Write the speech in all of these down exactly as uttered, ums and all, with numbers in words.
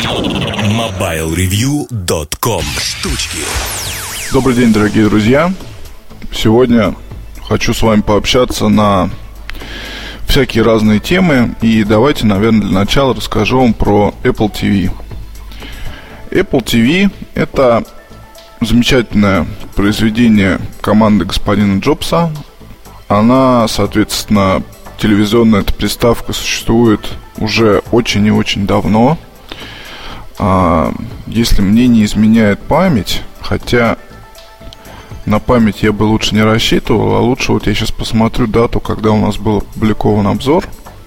мобайл ревью точка ком. Штучки. Добрый день, дорогие друзья. Сегодня хочу с вами пообщаться на всякие разные темы. И давайте, наверное, для начала расскажу вам про Apple ти ви. Apple ти ви – это замечательное произведение команды господина Джобса. Она, соответственно, телевизионная эта приставка существует уже очень и очень давно. А, если мне не изменяет память, хотя на память я бы лучше не рассчитывал, а лучше вот я сейчас посмотрю дату, когда у нас был опубликован обзор.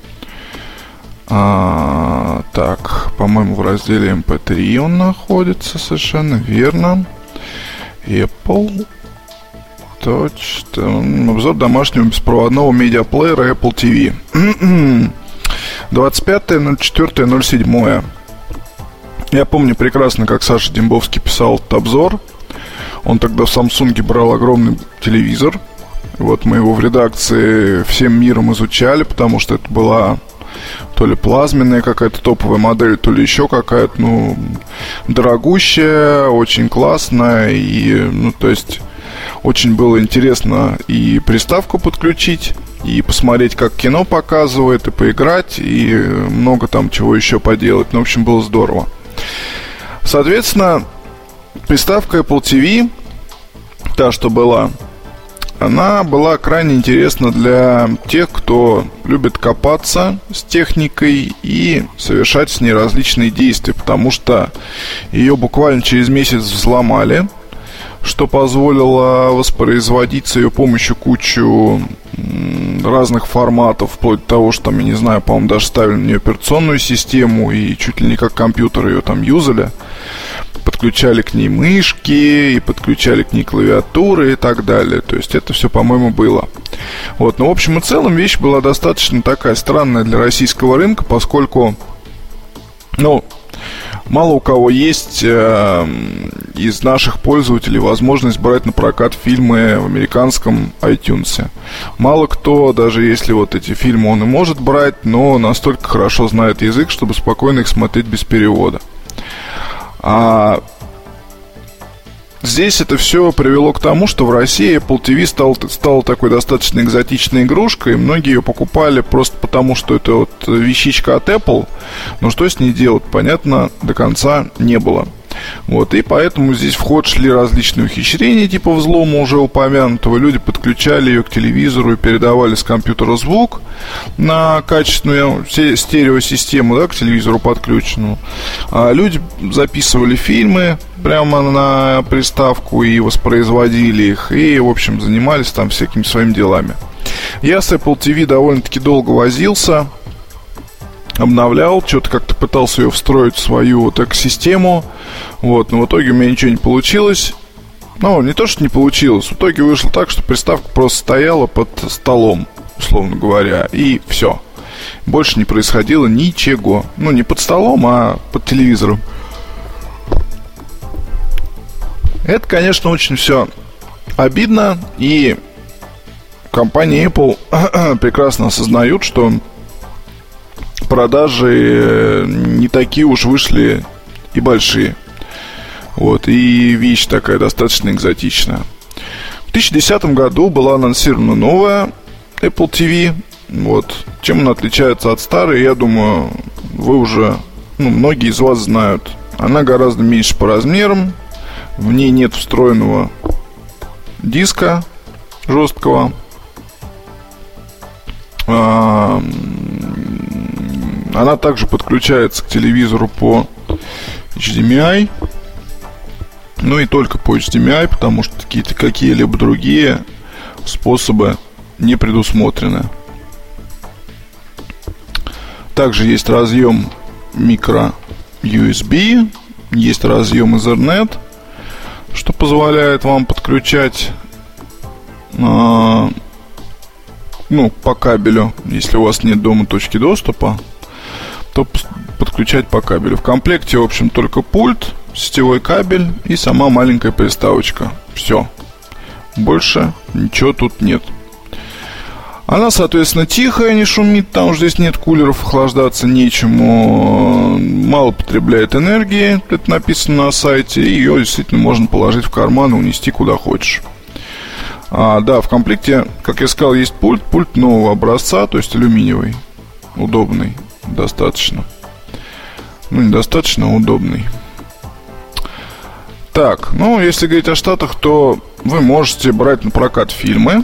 А, так, по-моему, в разделе эм пэ три он находится, совершенно верно. Apple. Точно. Обзор домашнего беспроводного медиаплеера Apple ти ви. двадцать пятое ноль четвёртое ноль седьмое. Я помню прекрасно, как Саша Дембовский писал этот обзор. Он тогда в Samsung брал огромный телевизор. Вот мы его в редакции всем миром изучали, потому что это была то ли плазменная какая-то топовая модель, то ли еще какая-то, ну, дорогущая, очень классная. И, ну, то есть, очень было интересно и приставку подключить, и посмотреть, как кино показывает, и поиграть, и много там чего еще поделать. Ну, в общем, было здорово. Соответственно, приставка Apple ти ви, та, что была, она была крайне интересна для тех, кто любит копаться с техникой и совершать с ней различные действия, потому что ее буквально через месяц взломали, что позволило воспроизводить с ее помощью кучу разных форматов, вплоть до того, что там, я не знаю, по-моему, даже ставили на нее операционную систему и чуть ли не как компьютер ее там юзали. Подключали к ней мышки и подключали к ней клавиатуры и так далее. То есть это все, по-моему, было. Вот. Но в общем и целом вещь была достаточно такая странная для российского рынка, поскольку, ну, мало у кого есть э, из наших пользователей возможность брать на прокат фильмы в американском iTunes. Мало кто, даже если вот эти фильмы он и может брать, но настолько хорошо знает язык, чтобы спокойно их смотреть без перевода. А здесь это все привело к тому, что в России Apple ти ви стал, стала такой достаточно экзотичной игрушкой. Многие ее покупали просто потому, что это вот вещичка от Apple. Но что с ней делать, понятно, до конца не было. Вот, и поэтому здесь в ход шли различные ухищрения, типа взлома уже упомянутого. Люди подключали ее к телевизору и передавали с компьютера звук на качественную стереосистему, да, к телевизору подключенную. А люди записывали фильмы прямо на приставку и воспроизводили их. И, в общем, занимались там всякими своими делами. Я с Apple ти ви довольно-таки долго возился, обновлял, что-то как-то пытался ее встроить в свою вот экосистему. Вот, но в итоге у меня ничего не получилось. Ну, не то, что не получилось. В итоге вышло так, что приставка просто стояла под столом, условно говоря, и все. Больше не происходило ничего. Ну, не под столом, а под телевизором. Это, конечно, очень все обидно. И компания Apple прекрасно осознают, что продажи не такие уж вышли и большие. Вот, и вещь такая достаточно экзотичная. В две тысячи десятом году была анонсирована новая Apple ти ви. Вот. Чем она отличается от старой, я думаю, вы уже, ну, многие из вас знают. Она гораздо меньше по размерам. В ней нет встроенного диска жесткого. Она также подключается к телевизору по эйч ди эм ай. Ну и только по эйч ди эм ай, потому что какие-то, какие-либо другие способы не предусмотрены. Также есть разъем микро ю эс би, есть разъем Ethernet, что позволяет вам подключать э, ну, по кабелю, если у вас нет дома точки доступа, то подключать по кабелю. В комплекте, в общем, только пульт, сетевой кабель и сама маленькая приставочка. Все. Больше ничего тут нет. Она, соответственно, тихая, не шумит, там здесь нет кулеров, охлаждаться нечему, мало потребляет энергии, это написано на сайте, и ее действительно можно положить в карман и унести куда хочешь. А, да, в комплекте, как я сказал, есть пульт, пульт нового образца, то есть алюминиевый, удобный, достаточно. Ну, недостаточно, а удобный. Так, ну, если говорить о Штатах, то вы можете брать на прокат фильмы.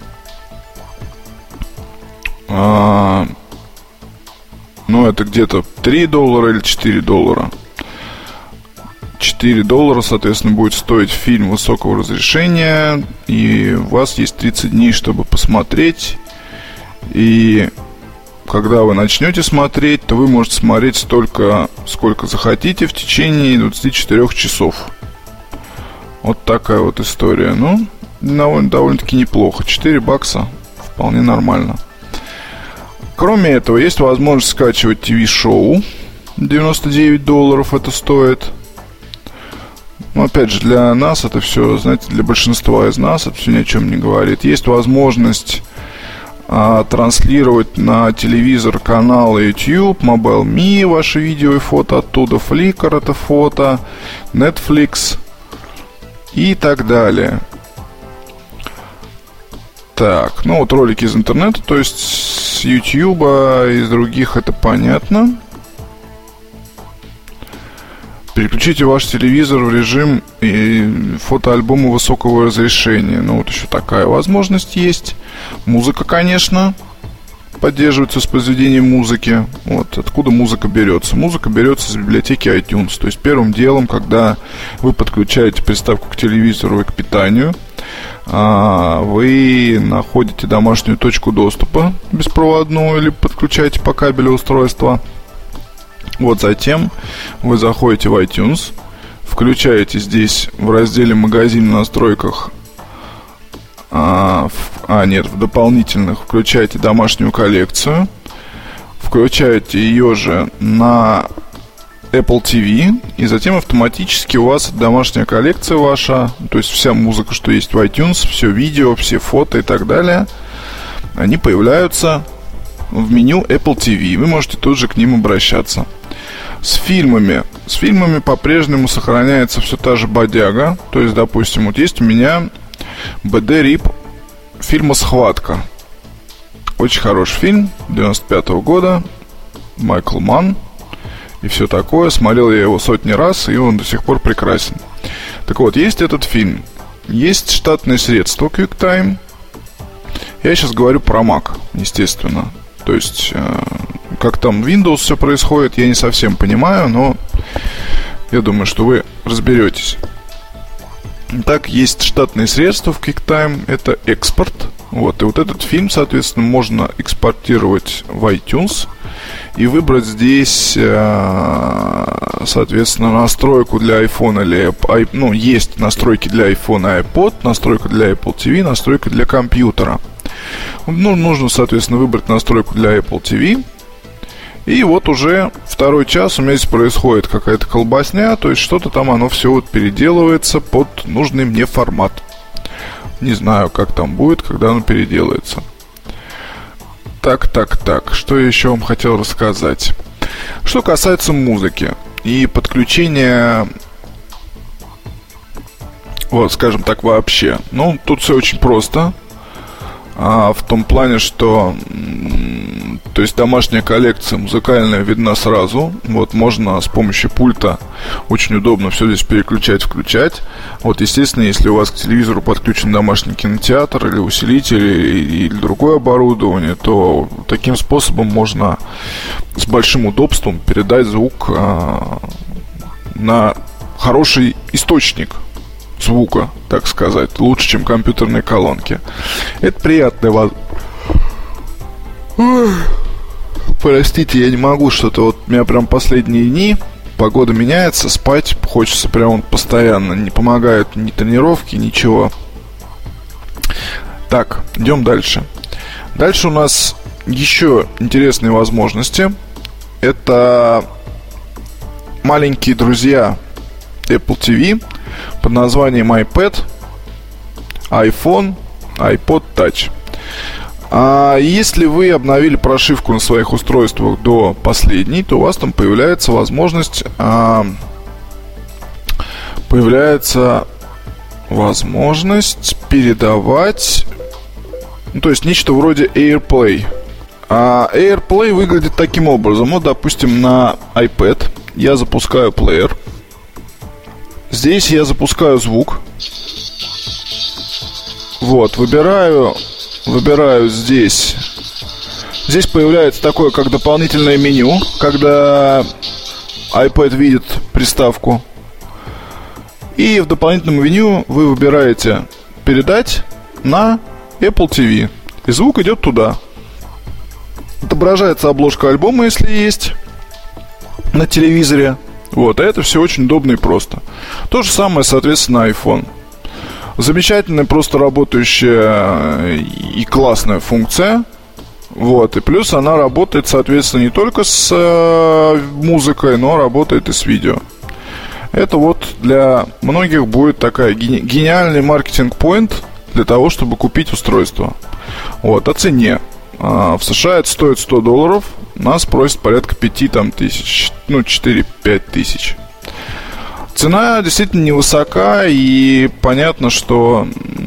А, ну, это где-то три доллара или четыре доллара. четыре доллара, соответственно, будет стоить фильм высокого разрешения. И у вас есть тридцать дней, чтобы посмотреть. И когда вы начнете смотреть, то вы можете смотреть столько, сколько захотите в течение двадцати четырёх часов. Вот такая вот история. Ну, довольно, довольно-таки неплохо. четыре бакса вполне нормально. Кроме этого, есть возможность скачивать ТВ-шоу. девяносто девять долларов это стоит. Но опять же, для нас это все, знаете, для большинства из нас это все ни о чем не говорит. Есть возможность а, транслировать на телевизор каналы YouTube, Mobile.me, ваши видео и фото оттуда, Flickr это фото, Netflix и так далее. Так, ну вот ролики из интернета, то есть с YouTube, из других, это понятно. Переключите ваш телевизор в режим фотоальбома высокого разрешения. Ну вот еще такая возможность есть. Музыка, конечно, поддерживается с произведением музыки. Вот откуда музыка берется. Музыка берется из библиотеки iTunes. То есть первым делом, когда вы подключаете приставку к телевизору и к питанию, вы находите домашнюю точку доступа беспроводную или подключаете по кабелю устройство. Вот затем вы заходите в iTunes, включаете здесь в разделе «Магазин» в настройках, а, в, а нет, в дополнительных включаете домашнюю коллекцию, включаете ее же на Apple ти ви, и затем автоматически у вас домашняя коллекция ваша, то есть вся музыка, что есть в iTunes, все видео, все фото и так далее, они появляются в меню Apple ти ви. Вы можете тут же к ним обращаться. С фильмами. С фильмами по-прежнему сохраняется все та же бодяга. То есть, допустим, вот есть у меня би ди-рип фильма «Схватка». Очень хороший фильм девяносто пятого года. Майкл Манн и все такое. Смотрел я его сотни раз, и он до сих пор прекрасен. Так вот, есть этот фильм. Есть штатные средства QuickTime. Я сейчас говорю про Mac, естественно. То есть, э, как там Windows все происходит, я не совсем понимаю, но я думаю, что вы разберетесь. Так, есть штатные средства в QuickTime, это экспорт. Вот, и вот этот фильм, соответственно, можно экспортировать в iTunes и выбрать здесь, э, соответственно, настройку для iPhone или, ну, есть настройки для iPhone и iPod, настройка для Apple ти ви, настройка для компьютера. Ну, нужно, соответственно, выбрать настройку для Apple ти ви. И вот уже второй час у меня здесь происходит какая-то колбасня. То есть что-то там оно все вот переделывается под нужный мне формат. Не знаю, как там будет, когда оно переделается. Так, так, так. Что я еще вам хотел рассказать? Что касается музыки и подключения, вот, скажем так, вообще. Ну, тут все очень просто. А, в том плане, что то есть домашняя коллекция музыкальная видна сразу. Вот можно с помощью пульта очень удобно все здесь переключать, включать. Вот, естественно, если у вас к телевизору подключен домашний кинотеатр или усилитель или, или другое оборудование, то таким способом можно с большим удобством передать звук а, на хороший источник звука, так сказать, лучше, чем компьютерные колонки. Это приятная возможность. Простите, я не могу, что-то вот у меня прям последние дни погода меняется, спать хочется прям постоянно, не помогают ни тренировки, ничего. Так, идем дальше. Дальше у нас еще интересные возможности. Это маленькие друзья Apple ти ви под названием iPad, iPhone, iPod Touch. А если вы обновили прошивку на своих устройствах до последней, то у вас там появляется возможность а, появляется возможность передавать, ну, то есть нечто вроде AirPlay. А AirPlay выглядит таким образом. Вот, допустим, на iPad я запускаю плеер. Здесь я запускаю звук. Вот, выбираю, выбираю здесь. Здесь появляется такое, как дополнительное меню, когда iPad видит приставку. И в дополнительном меню вы выбираете передать на Apple ти ви. И звук идет туда. Отображается обложка альбома, если есть, на телевизоре. Вот, а это все очень удобно и просто. То же самое, соответственно, на iPhone. Замечательная, просто работающая и классная функция. Вот, и плюс она работает, соответственно, не только с э, музыкой, но работает и с видео. Это вот для многих будет такая гени- гениальный маркетинг-поинт для того, чтобы купить устройство. Вот, о цене. А, в США это стоит сто долларов. Нас просят порядка пять там, тысяч, ну, четыре-пять тысяч. Цена действительно невысока, и понятно, что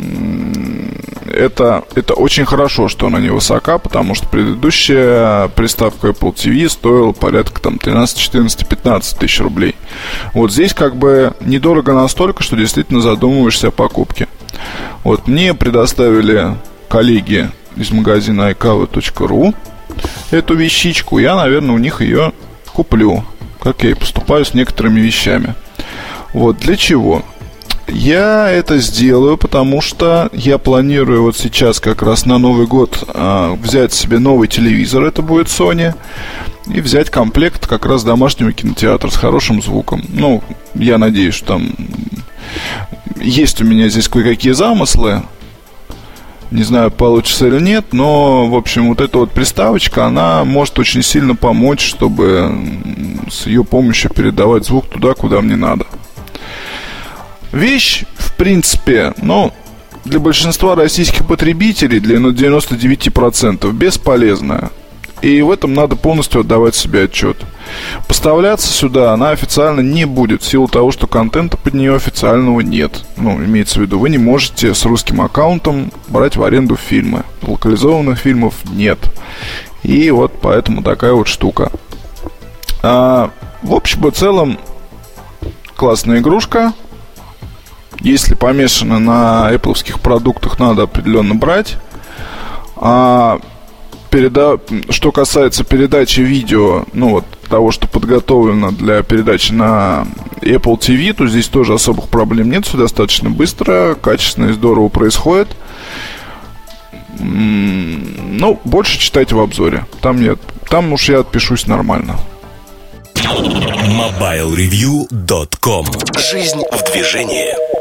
это, это очень хорошо, что она невысока, потому что предыдущая приставка Apple ти ви стоила порядка там тринадцать, четырнадцать, пятнадцать тысяч рублей. Вот здесь как бы недорого настолько, что действительно задумываешься о покупке. Вот мне предоставили коллеги из магазина ай кава точка ру эту вещичку. Я, наверное, у них ее куплю, как я и поступаю с некоторыми вещами. Вот для чего? Я это сделаю, потому что я планирую вот сейчас как раз на Новый год а, взять себе новый телевизор, это будет Sony, и взять комплект как раз домашнего кинотеатра с хорошим звуком. Ну, я надеюсь, что там есть у меня здесь кое-какие замыслы. Не знаю, получится или нет, но, в общем, вот эта вот приставочка, она может очень сильно помочь, чтобы с ее помощью передавать звук туда, куда мне надо. Вещь, в принципе, ну, для большинства российских потребителей, для девяносто девять процентов, бесполезная. И в этом надо полностью отдавать себе отчет. Поставляться сюда она официально не будет, в силу того, что контента под нее официального нет. Ну, имеется в виду, вы не можете с русским аккаунтом брать в аренду фильмы. Локализованных фильмов нет. И вот поэтому такая вот штука. А, в общем и целом, классная игрушка. Если помешано на Apple'овских продуктах, надо определенно брать. А переда... Что касается передачи видео, ну вот того, что подготовлено для передачи на Apple ти ви, то здесь тоже особых проблем нет. Все достаточно быстро, качественно и здорово происходит. Ну, больше читайте в обзоре. Там, я... Там уж я отпишусь нормально. мобайл ревью точка ком. Жизнь в движении.